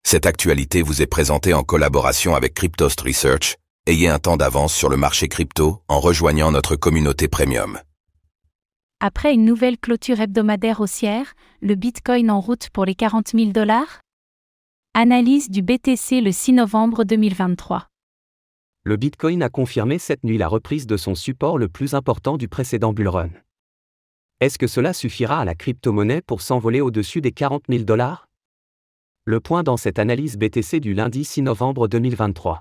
Cette actualité vous est présentée en collaboration avec Cryptost Research. Ayez un temps d'avance sur le marché crypto en rejoignant notre communauté premium. Après une nouvelle clôture hebdomadaire haussière, le Bitcoin en route pour les 40 000 $? Analyse du BTC le 6 novembre 2023. Le Bitcoin a confirmé cette nuit la reprise de son support le plus important du précédent bullrun. Est-ce que cela suffira à la crypto-monnaie pour s'envoler au-dessus des 40 000 $? Le point dans cette analyse BTC du lundi 6 novembre 2023.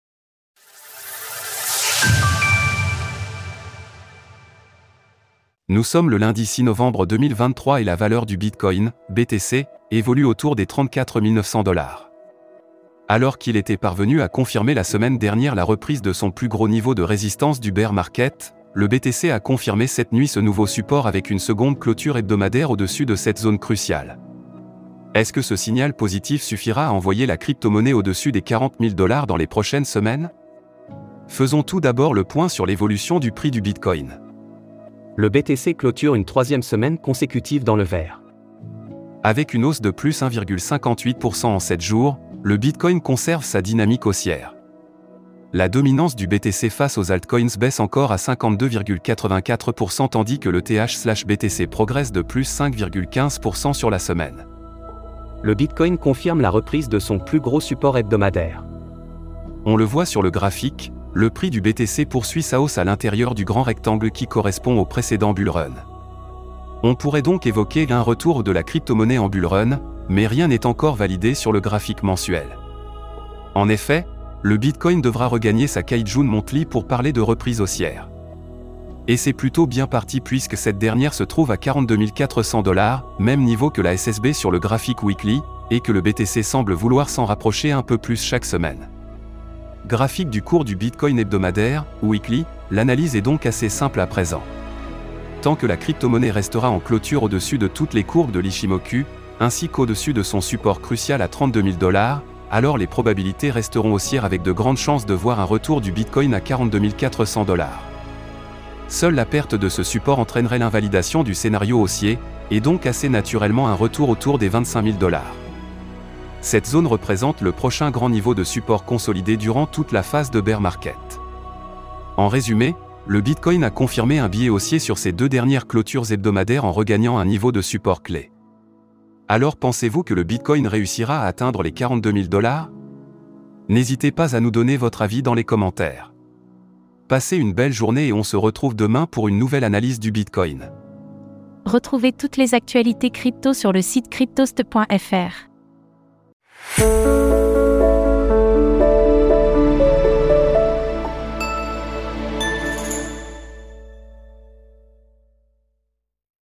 Nous sommes le lundi 6 novembre 2023 et la valeur du Bitcoin, BTC, évolue autour des 34 900 $. Alors qu'il était parvenu à confirmer la semaine dernière la reprise de son plus gros niveau de résistance du bear market, le BTC a confirmé cette nuit ce nouveau support avec une seconde clôture hebdomadaire au-dessus de cette zone cruciale. Est-ce que ce signal positif suffira à envoyer la crypto-monnaie au-dessus des 40 000 $ dans les prochaines semaines? Faisons tout d'abord le point sur l'évolution du prix du Bitcoin. Le BTC clôture une troisième semaine consécutive dans le vert. Avec une hausse de plus 1,58% en 7 jours, le Bitcoin conserve sa dynamique haussière. La dominance du BTC face aux altcoins baisse encore à 52,84% tandis que le TH/BTC progresse de plus 5,15% sur la semaine. Le Bitcoin confirme la reprise de son plus gros support hebdomadaire. On le voit sur le graphique, le prix du BTC poursuit sa hausse à l'intérieur du grand rectangle qui correspond au précédent bullrun. On pourrait donc évoquer un retour de la crypto-monnaie en bullrun, mais rien n'est encore validé sur le graphique mensuel. En effet, le Bitcoin devra regagner sa Kijun Monthly pour parler de reprise haussière. Et c'est plutôt bien parti puisque cette dernière se trouve à 42 400 $, même niveau que la SSB sur le graphique weekly, et que le BTC semble vouloir s'en rapprocher un peu plus chaque semaine. Graphique du cours du Bitcoin hebdomadaire, weekly, l'analyse est donc assez simple à présent. Tant que la crypto-monnaie restera en clôture au-dessus de toutes les courbes de l'Ichimoku, ainsi qu'au-dessus de son support crucial à 32 000 $, alors les probabilités resteront haussières avec de grandes chances de voir un retour du Bitcoin à 42 400 $. Seule la perte de ce support entraînerait l'invalidation du scénario haussier, et donc assez naturellement un retour autour des 25 000 $. Cette zone représente le prochain grand niveau de support consolidé durant toute la phase de bear market. En résumé, le Bitcoin a confirmé un biais haussier sur ses deux dernières clôtures hebdomadaires en regagnant un niveau de support clé. Alors pensez-vous que le Bitcoin réussira à atteindre les 42 000 $? N'hésitez pas à nous donner votre avis dans les commentaires. Passez une belle journée et on se retrouve demain pour une nouvelle analyse du Bitcoin. Retrouvez toutes les actualités crypto sur le site cryptost.fr.